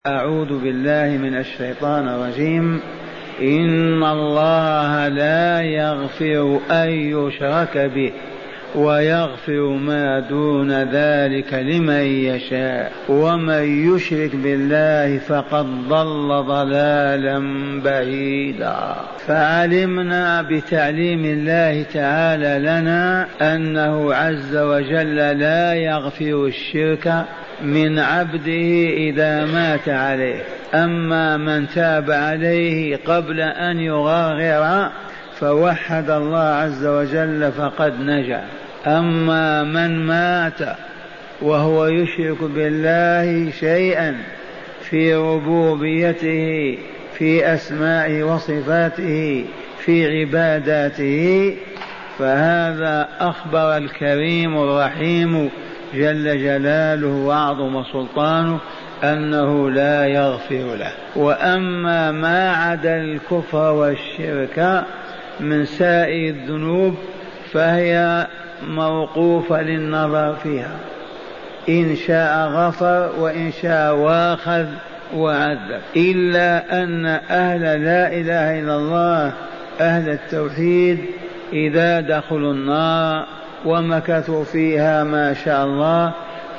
أعوذ بالله من الشيطان الرجيم. إن الله لا يغفر أن يشرك به ويغفر ما دون ذلك لمن يشاء ومن يشرك بالله فقد ضل ضلالا بعيدا. فعلمنا بتعليم الله تعالى لنا أنه عز وجل لا يغفر الشرك من عبده إذا مات عليه، أما من تاب عليه قبل أن يغرغر فوحد الله عز وجل فقد نجا. أما من مات وهو يشرك بالله شيئا في ربوبيته في أسمائه وصفاته في عباداته فهذا أخبر الكريم الرحيم جل جلاله وأعظم سلطانه أنه لا يغفر له. وأما ما عدا الكفر والشرك من سائر الذنوب فهي موقوفة للنظر فيها، إن شاء غفر وإن شاء واخذ وعذب، إلا أن أهل لا إله إلا الله أهل التوحيد إذا دخلوا النار ومكثوا فيها ما شاء الله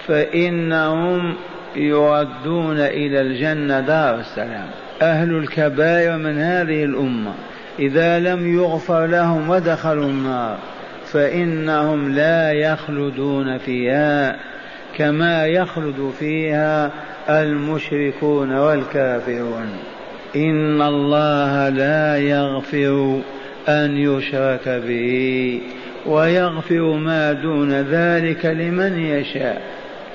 فإنهم يردون إلى الجنة دار السلام. أهل الكبائر من هذه الأمة إذا لم يغفر لهم ودخلوا النار فإنهم لا يخلدون فيها كما يخلد فيها المشركون والكافرون. إن الله لا يغفر أن يشرك به ويغفر ما دون ذلك لمن يشاء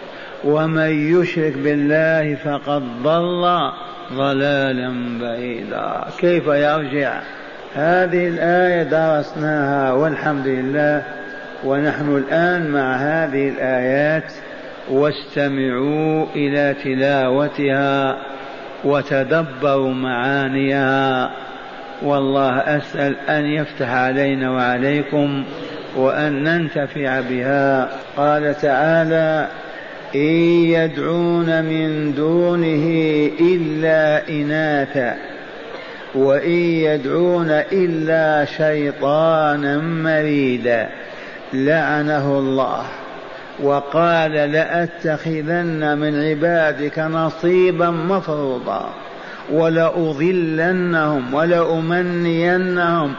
ومن يشرك بالله فقد ضل ضلالا بعيدا. كيف يرجع؟ هذه الآية درسناها والحمد لله، ونحن الآن مع هذه الآيات، واستمعوا إلى تلاوتها وتدبروا معانيها، والله أسأل أن يفتح علينا وعليكم وأن ننتفع بها. قال تعالى: إن يدعون من دونه إلا إناثا وإن يدعون إلا شيطانا مريدا لعنه الله وقال لأتخذن من عبادك نصيبا مفروضا ولأضلنهم ولأمنينهم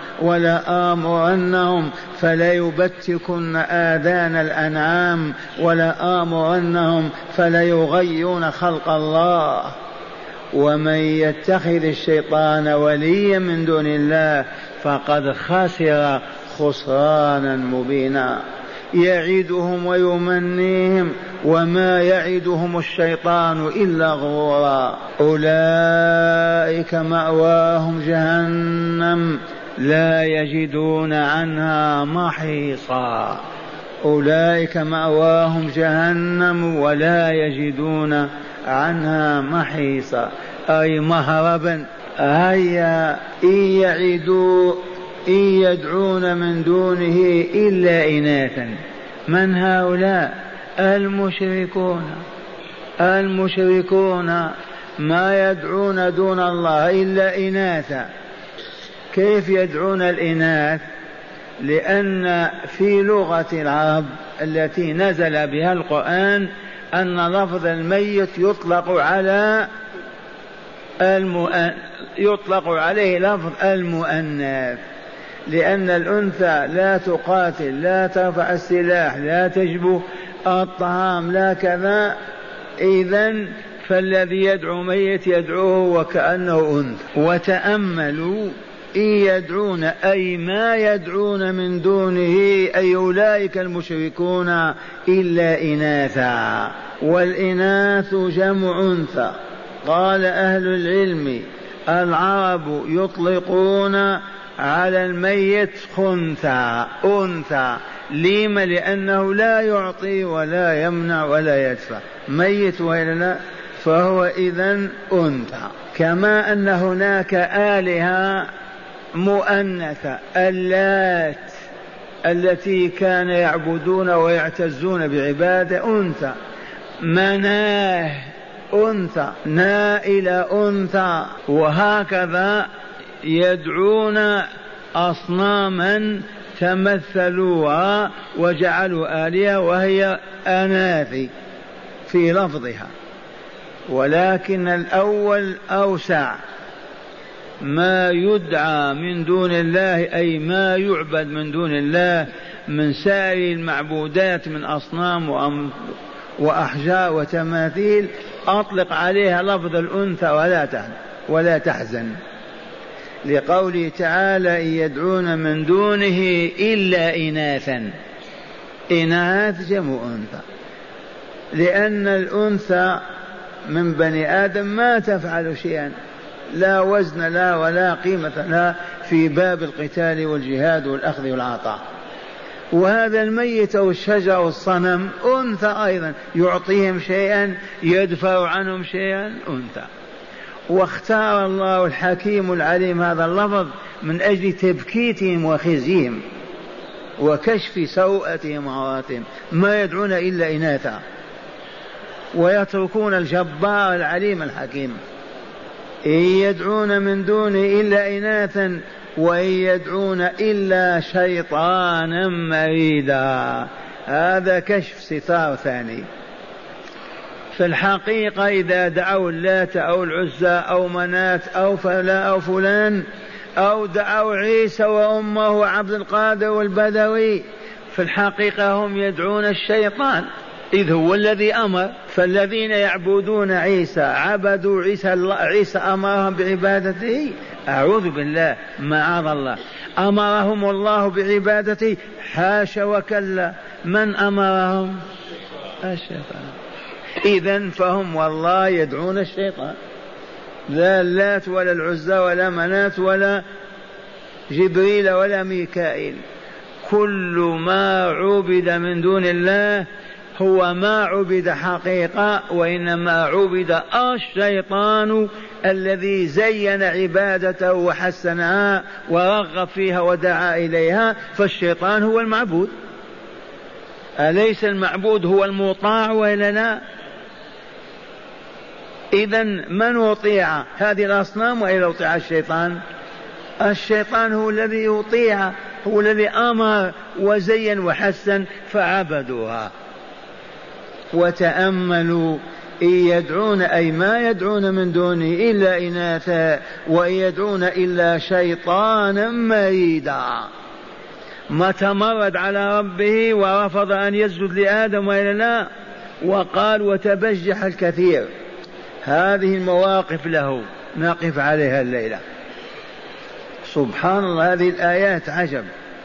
ولآمرنهم فليبتكن آذان الأنعام ولآمرنهم فليغيرن خلق الله. ومن يتخذ الشيطان وليا من دون الله فقد خسر خسرانا مبينا. يعدهم ويمنيهم وما يعدهم الشيطان إلا غرورا. أولئك مأواهم جهنم لا يجدون عنها محيصا. أولئك مأواهم جهنم ولا يجدون عنها محيصا، أي مهربا. هيا إن يدعون من دونه إلا إناثا. من هؤلاء؟ المشركون ما يدعون دون الله إلا إناثا. كيف يدعون الإناث؟ لأن في لغة العرب التي نزل بها القرآن أن لفظ الميت يطلق عليه لفظ المؤنث، لأن الأنثى لا تقاتل لا ترفع السلاح لا تجب الطعام لا كذا، إذن فالذي يدعو ميت يدعوه وكأنه أنثى. وتأملوا: إن يدعون أي ما يدعون من دونه أي أولئك المشركون إلا إناثا، والإناث جمع أنثى. قال أهل العلم: العرب يطلقون على الميت أنثى. لما؟ لأنه لا يعطي ولا يمنع ولا يدفع، ميت وإلا لا، فهو إذن أنثى. كما أن هناك آلهة مؤنثة، اللات التي كان يعبدون ويعتزون بعبادة أنثى، مناه أنثى نائل أنثى. وهكذا يدعون أصناما تمثلوها وجعلوا آلهة وهي أناثي في لفظها، ولكن الأول أوسع. ما يدعى من دون الله أي ما يعبد من دون الله من سائر المعبودات من أصنام وأحجار وتماثيل أطلق عليها لفظ الأنثى ولا تحزن، لقوله تعالى: إن يدعون من دونه إلا إناثا. إناث جمع أنثى، لأن الأنثى من بني آدم ما تفعل شيئا، لا وزن لا ولا قيمة لا في باب القتال والجهاد والأخذ والعطاء. وهذا الميت أو الشجر أو الصنم أنثى أيضا، يعطيهم شيئا يدفع عنهم شيئا، أنثى. واختار الله الحكيم العليم هذا اللفظ من أجل تبكيتهم وخزيهم وكشف سوءتهم وعوراتهم. ما يدعون إلا إناثا ويتركون الجبار العليم الحكيم. إن يدعون من دونه إلا إناثا وإن يدعون إلا شيطانا مريدا. هذا كشف ستار ثاني. في الحقيقة إذا دعوا اللات أو العزى أو منات أو فلا أو فلان أو دعوا عيسى وأمه وعبد القادر والبدوي، في الحقيقة هم يدعون الشيطان، إذ هو الذي أمر. فالذين يعبدون عيسى عبدوا عيسى أمرهم بعبادته؟ أعوذ بالله، معاذ الله. أمرهم الله بعبادته؟ حاشا وكلا. من أمرهم؟ الشيطان. إذن فهم والله يدعون الشيطان، لا اللات ولا العزى ولا منات ولا جبريل ولا ميكائيل. كل ما عبد من دون الله هو ما عبد حقيقة، وإنما عبد الشيطان الذي زين عبادته وحسنها ورغب فيها ودعا إليها. فالشيطان هو المعبود، أليس المعبود هو المطاع وإلا لا؟ إذن من يطيع هذه الأصنام وإلا يطيع الشيطان؟ الشيطان هو الذي يطيع، هو الذي أمر وزين وحسن فعبدوها. وتأملوا: إن يدعون أي ما يدعون من دونه إلا إناثا وإن يدعون إلا شيطانا مريدا. ما تمرد على ربه ورفض أن يسجد لآدم وإلا لا، وقال وتبجح الكثير. هذه المواقف له نقف عليها الليلة. سبحان الله، هذه الآيات عجب.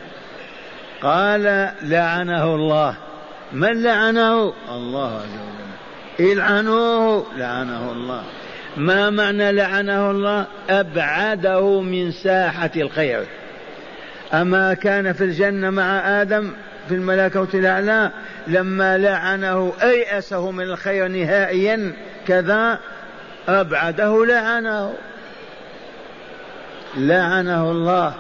قال لعنه الله. من لعنه؟ الله عز وجل. العنوه، لعنه الله. ما معنى لعنه الله؟ أبعده من ساحة الخير. أما كان في الجنة مع آدم في الملكوت الأعلى، لما لعنه أيأسه من الخير نهائيا، كذا أبعده، لعنه الله.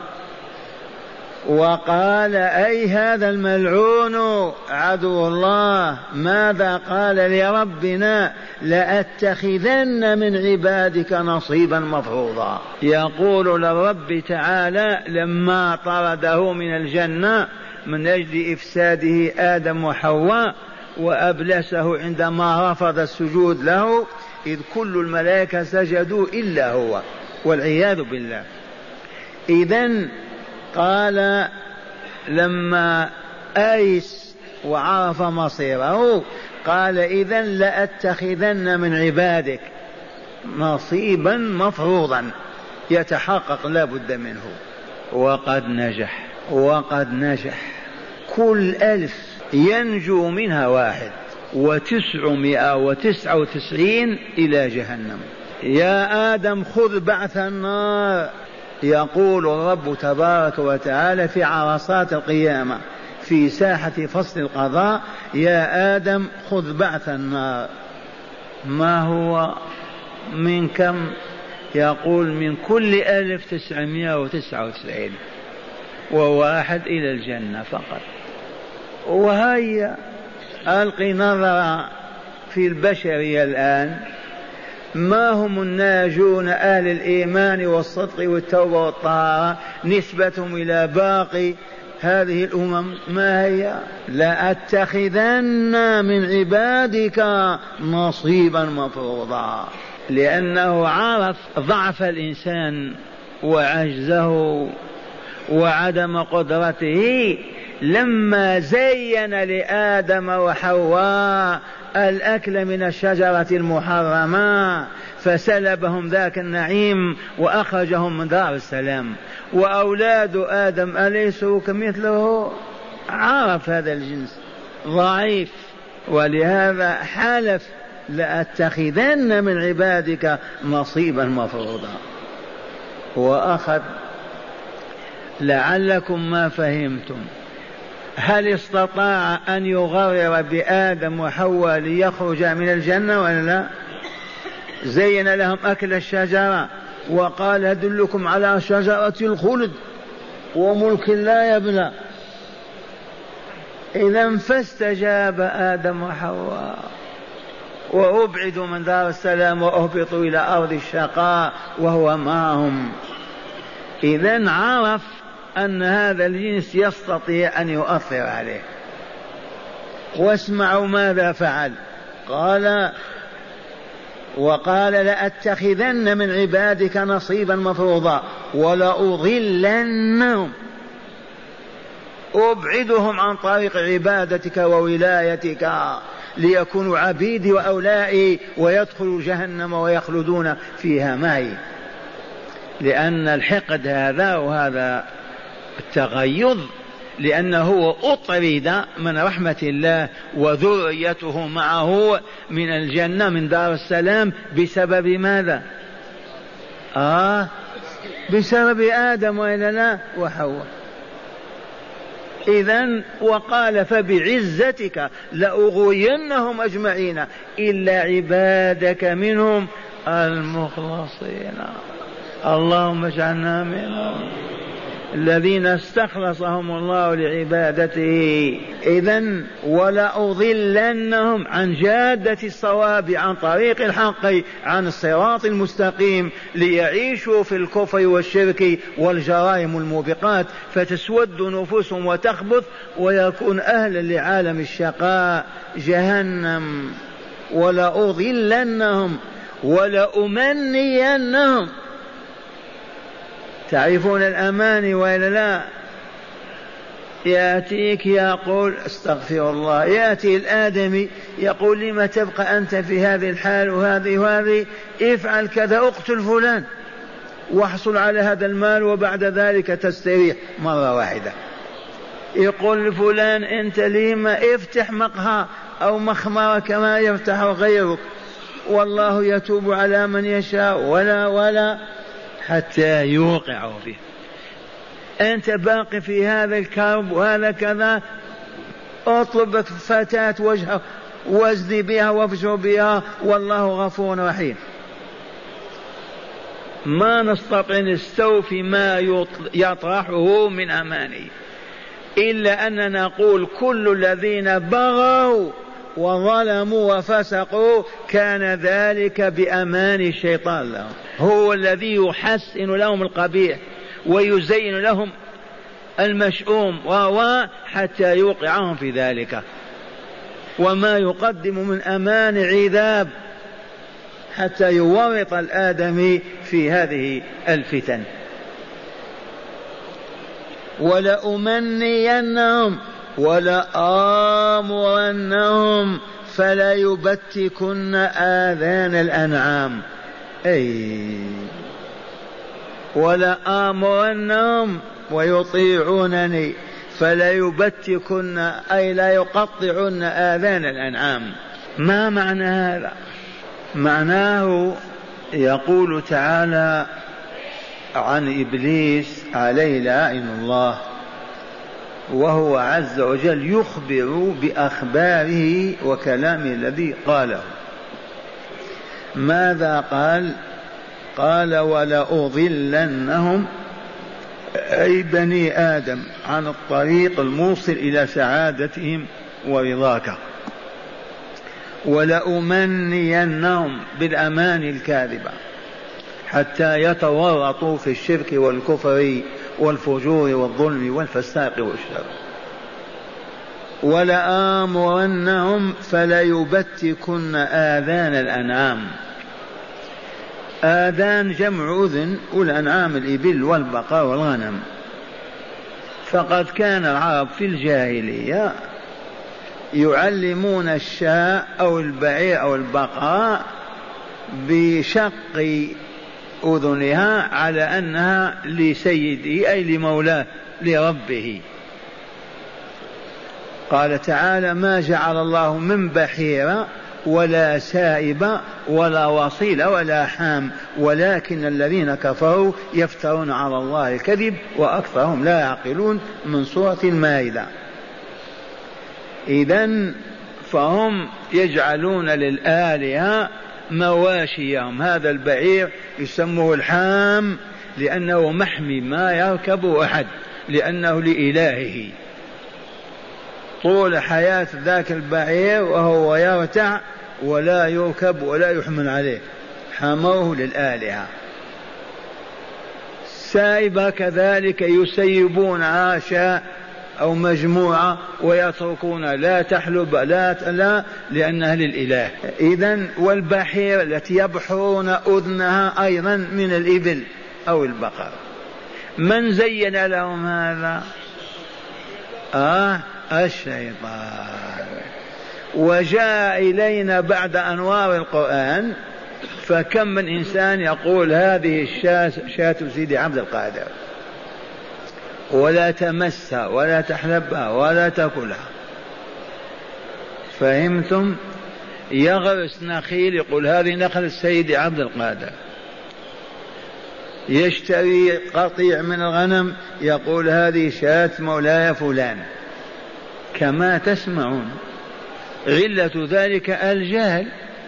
وقال أي هذا الملعون عدو الله ماذا قال لربنا؟ لأتخذن من عبادك نصيبا مفروضا. يقول للرب تعالى لما طرده من الجنة من أجل إفساده آدم وحواء وأبلسه عندما رفض السجود له، إذ كل الملائكة سجدوا إلا هو والعياذ بالله. إذن قال لما آيس وعرف مصيره، قال إذن لأتخذن من عبادك نصيبا مفروضا يتحقق لا بد منه. وقد نجح. كل 1000 ينجو منها 1,999 إلى جهنم. يا آدم خذ بعث النار. يقول الرب تبارك وتعالى في عرصات القيامة في ساحة فصل القضاء: يا آدم خذ بعث النار. ما هو من كم؟ يقول من كل 1999 وواحد إلى الجنة فقط. وهيا ألقي نظرة في البشرية الآن، ما هم الناجون أهل الإيمان والصدق والتوبة والطهارة نسبتهم إلى باقي هذه الأمم ما هي؟ لأتخذن من عبادك نصيبا مفروضا، لأنه عرف ضعف الإنسان وعجزه وعدم قدرته لما زين لآدم وحواء الأكل من الشجرة المحرمة فسلبهم ذاك النعيم وأخرجهم من دار السلام. وأولاد آدم أليسوا كمثله؟ عرف هذا الجنس ضعيف، ولهذا حلف لأتخذن من عبادك نصيبا مفروضا وأخذ. لعلكم ما فهمتم، هل استطاع أن يغرر بآدم وحواء ليخرج من الجنة ولا لا؟ زين لهم أكل الشجرة وقال أدلكم على شجرة الخلد وملك لا يبلى. إذا فاستجاب آدم وحواء وأبعدوا من دار السلام وأهبطوا إلى أرض الشقاء وهو معهم. إذا عرف أن هذا الجنس يستطيع أن يؤثر عليه. واسمعوا ماذا فعل. وقال لأتخذن من عبادك نصيبا مفروضا ولأضلنهم، أبعدهم عن طريق عبادتك وولايتك ليكونوا عبيدي وأولائي ويدخلوا جهنم ويخلدون فيها معي. لأن الحقد هذا وهذا التغيظ لأنه أطرد من رحمة الله وذريته معه من الجنة من دار السلام بسبب ماذا؟ بسبب آدم وإلا لا وحواء. إذن وقال فبعزتك لأغوينهم أجمعين إلا عبادك منهم المخلصين. اللهم اجعلنا منهم الذين استخلصهم الله لعبادته. إذن ولأضلنهم عن جادة الصواب عن طريق الحق عن الصراط المستقيم ليعيشوا في الكفر والشرك والجرائم الموبقات فتسود نفوسهم وتخبث ويكون أهلا لعالم الشقاء جهنم. ولأضلنهم ولأمنينهم. تعرفون الأماني وإلا لا؟ يأتيك يقول استغفر الله، يأتي الآدمي يقول لما تبقى أنت في هذه الحال وهذه وهذه، افعل كذا، اقتل فلان واحصل على هذا المال وبعد ذلك تستريح مرة واحدة. يقول لفلان أنت لما افتح مقهى أو مخمرة كما يفتح غيرك والله يتوب على من يشاء ولا حتى يوقعوا فيه. أنت باقي في هذا الكرب وهذا كذا، اطلب فتاة وجهه وازدي بها وافجر بها والله غفور رحيم. ما نستطيع نستوفي ما يطرحه من أماني إلا أننا نقول كل الذين بغوا وظلموا وفسقوا كان ذلك بأمان الشيطان لهم، هو الذي يحسن لهم القبيح ويزين لهم المشؤوم حتى يوقعهم في ذلك. وما يقدم من أمان عذاب حتى يورط الآدمي في هذه الفتن. ولأمنينهم ولآمرنهم فلا يبتكن آذان الأنعام. ولآمرنهم ويطيعونني فلا يبتكن أي لا يقطعن آذان الأنعام. ما معنى هذا؟ معناه يقول تعالى عن إبليس عليه لعين الله وهو عز وجل يخبر بأخباره وكلامه الذي قاله. ماذا قال؟ قال ولأضلنهم أي بني آدم عن الطريق الموصل إلى سعادتهم ورضاك. ولأمنينهم بالأماني الكاذبة حتى يتورطوا في الشرك والكفر والفجور والظلم والفساق والشر. ولآمرنهم فليبتكن آذان الأنعام. آذان جمع أذن، والأنعام الإبل والبقر والغنم. فقد كان العرب في الجاهلية يعلمون الشاة أو البعير أو البقرة بشق أذنها على أنها لسيده أي لمولاه لربه. قال تعالى: ما جعل الله من بحيرة ولا سائبة ولا وصيلة ولا حام ولكن الذين كفروا يفترون على الله الكذب وأكثرهم لا يعقلون، من سورة المائدة. إذن فهم يجعلون للآلهة مواشيهم. هذا البعير يسموه الحام لأنه محمي ما يركبه أحد، لأنه لإلهه طول حياة ذاك البعير وهو يرتع ولا يركب ولا يحمل عليه، حموه للآلهة. سائبة كذلك يسيبون عاشاء أو مجموعة ويتركون لا تحلب لا لأنها للإله. إذن والبحير التي يبحرون أذنها أيضا من الإبل أو البقر. من زين لهم هذا؟ الشيطان. وجاء إلينا بعد أنوار القرآن، فكم من إنسان يقول هذه الشاة شاة سيدي عبد القادر، ولا تمسها ولا تحلبها ولا تأكلها. فهمتم؟ يغرس نخيل يقول هذه نخل السيد عبد القادر، يشتري قطيع من الغنم يقول هذه شاة مولاي فلان. كما تسمعون، علة ذلك الجهل.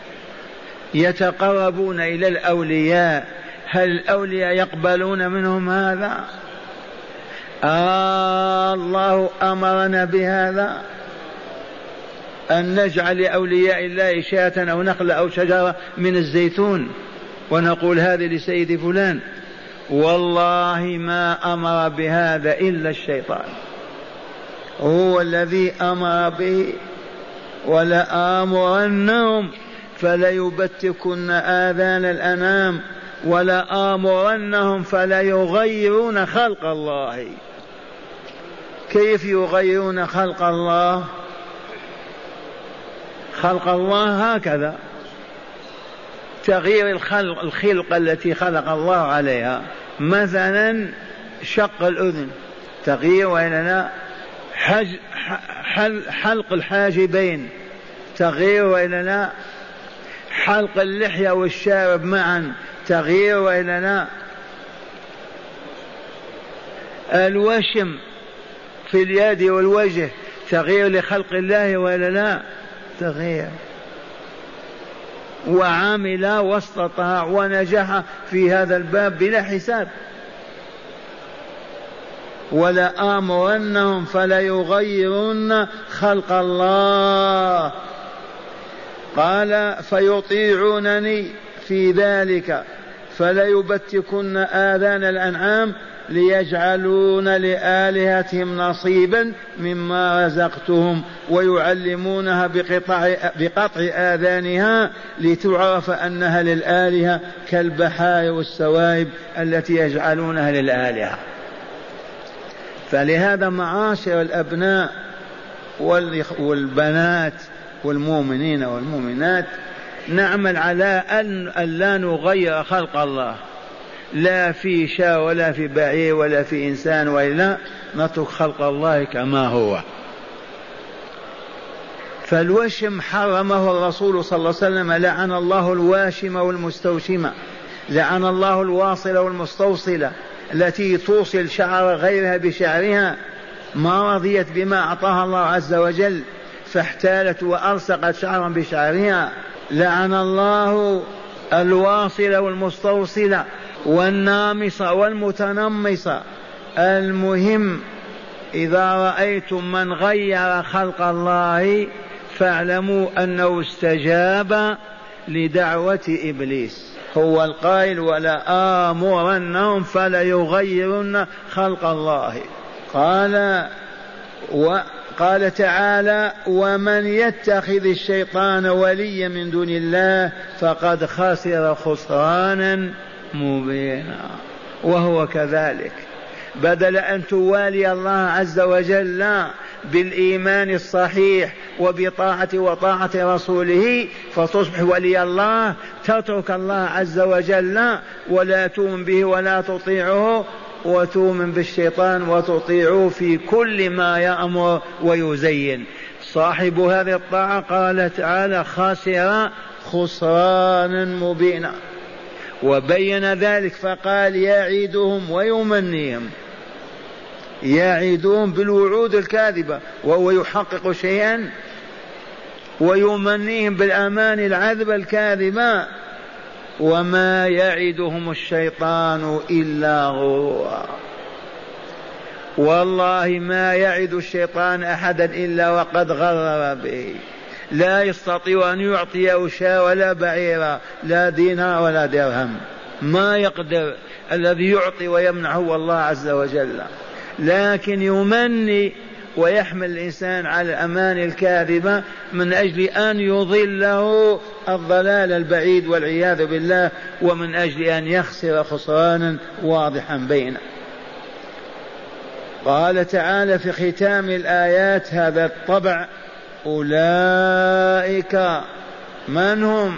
يتقربون إلى الأولياء، هل الأولياء يقبلون منهم هذا؟ الله أمرنا بهذا، أن نجعل لأولياء الله شاة أو نخلة أو شجرة من الزيتون ونقول هذه لسيد فلان. والله ما أمر بهذا إلا الشيطان، هو الذي أمر به. ولآمرنهم فليبتكن آذان الأنام ولآمرنهم فليغيرون خلق الله. كيف يغيرون خلق الله؟ خلق الله هكذا، تغيير الخلق التي خلق الله عليها. مثلا شق الأذن تغيير، وإلا لا؟ حلق الحاجبين تغيير، وإلا لا؟ حلق اللحية والشارب معا تغيير، وإلا لا؟ الوشم في اليد والوجه تغيير لخلق الله، وإلا لا؟ تغيير. وعمل واستطاع ونجح في هذا الباب بلا حساب. ولآمرنهم فليغيرن خلق الله. قال فيطيعونني في ذلك فليبتكن آذان الأنعام ليجعلون لآلهتهم نصيبا مما رزقتهم ويعلمونها بقطع آذانها لتعرف أنها للآلهة كالبحار والسوائب التي يجعلونها للآلهة. فلهذا معاشر الأبناء والبنات والمؤمنين والمؤمنات نعمل على أن لا نغير خلق الله، لا في شاة ولا في بعير ولا في إنسان، وإلا نترك خلق الله كما هو. فالوشم حرمه الرسول صلى الله عليه وسلم، لعن الله الواشم والمستوشمة، لعن الله الواصلة والمستوصلة التي توصل شعر غيرها بشعرها، ما رضيت بما أعطاها الله عز وجل فاحتالت وألصقت شعرا بشعرها. لعن الله الواصلة والمستوصلة والنامصة والمتنمصة. المهم إذا رأيتم من غير خلق الله فاعلموا أنه استجاب لدعوة إبليس، هو القائل ولا آمرنهم فلا يغيرن خلق الله. قال تعالى ومن يتخذ الشيطان وليا من دون الله فقد خسر خسرانا مبينا. وهو كذلك، بدل أن توالي الله عز وجل بالإيمان الصحيح وبطاعة وطاعة رسوله فتصبح ولي الله، تترك الله عز وجل ولا تؤمن به ولا تطيعه، وتؤمن بالشيطان وتطيعه في كل ما يأمر ويزين. صاحب هذه الطاعة قال تعالى خاسر خسرانا مبينا، وبين ذلك فقال يعيدهم ويمنيهم، يعيدهم بالوعود الكاذبة وهو يحقق شيئا، ويمنيهم بالأمان العذبة الكاذبة، وما يعدهم الشيطان إلا غرورا. والله ما يعد الشيطان أحدا إلا وقد غرر به، لا يستطيع أن يعطيه شاة ولا بعيرا، لا دينار ولا درهم، ما يقدر. الذي يعطي ويمنع هو الله عز وجل، لكن يمني ويحمل الإنسان على الأمان الكاذبة من أجل أن يضله الضلال البعيد والعياذ بالله، ومن أجل أن يخسر خسرانا واضحا بينه. قال تعالى في ختام الآيات هذا الطبع أولئك من هم؟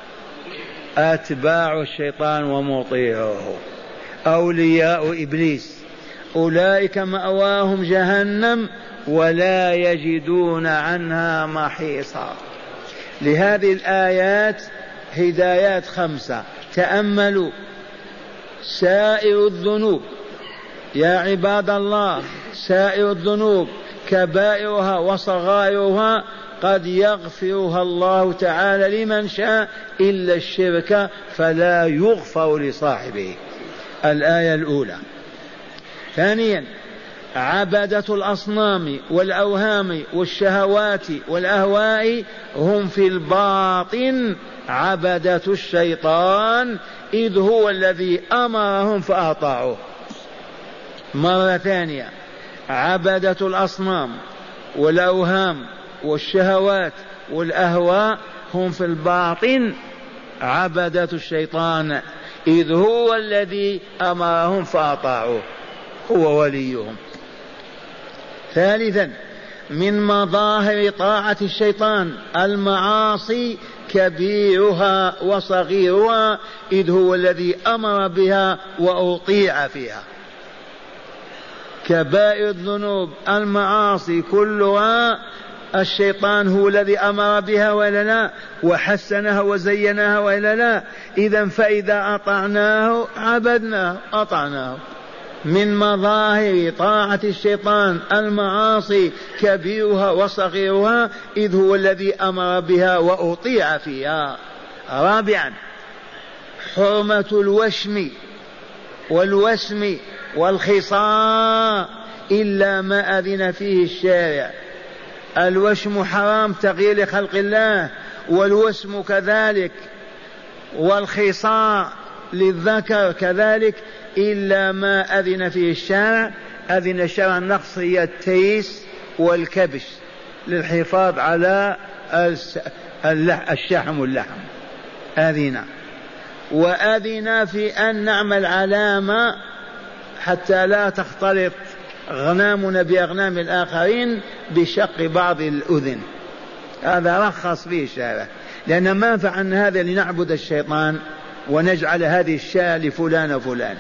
أتباع الشيطان ومطيعه، أولياء إبليس، أولئك مأواهم جهنم ولا يجدون عنها محيصا. لهذه الآيات هدايات 5. تأملوا سائر الذنوب يا عباد الله، سائر الذنوب كبائرها وصغائرها قد يغفرها الله تعالى لمن شاء إلا الشرك فلا يغفر لصاحبه. الآية الأولى. ثانيا عبدة الأصنام والأوهام والشهوات والأهواء هم في الباطن عبدة الشيطان إذ هو الذي أمرهم فأطاعوه. مرة ثانية عبدة الأصنام والأوهام والشهوات والأهواء هم في الباطن عبدة الشيطان إذ هو الذي أمرهم فأطاعوه، هو وليهم. ثالثا من مظاهر طاعة الشيطان المعاصي كبيرها وصغيرها إذ هو الذي أمر بها وأطيع فيها. كبائر الذنوب المعاصي كلها الشيطان هو الذي أمر بها ولا لا، وحسنها وزينها ولا لا. إذن فإذا أطعناه عبدناه أطعناه. من مظاهر طاعة الشيطان المعاصي كبيرها وصغيرها إذ هو الذي أمر بها وأطيع فيها. رابعا حرمة الوشم والوسم والخصاء إلا ما أذن فيه الشارع. الوشم حرام تغيير لخلق الله، والوسم كذلك، والخصاء للذكر كذلك إلا ما أذن فيه الشارع. أذن الشرع النقص هي التيس والكبش للحفاظ على الشحم واللحم أذن، وأذن في أن نعمل علامة حتى لا تختلط غنامنا بأغنام الآخرين بشق بعض الأذن، هذا رخص فيه الشارع، لأن ما فعلنا هذا لنعبد الشيطان ونجعل هذه الشاة لفلان وفلان.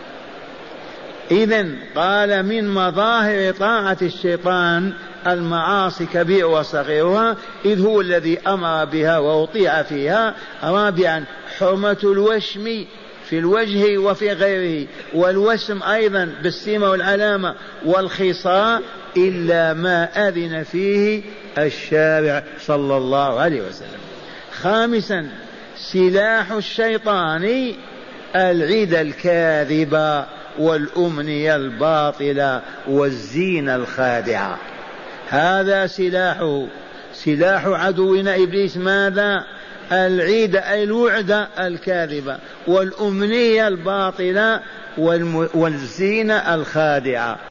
إذن قال من مظاهر طاعة الشيطان المعاصي كبير وصغيرها إذ هو الذي أمر بها وأطيع فيها. رابعا حرمة الوشم في الوجه وفي غيره، والوسم أيضا بالسيمة والعلامة، والخصاء إلا ما أذن فيه الشارع صلى الله عليه وسلم. خامسا سلاح الشيطان العدى الكاذبة والأمنية الباطلة والزينة الخادعة، هذا سلاحه. سلاح عدونا إبليس ماذا؟ العيد أي الوعد الكاذبة والأمنية الباطلة والزينة الخادعة.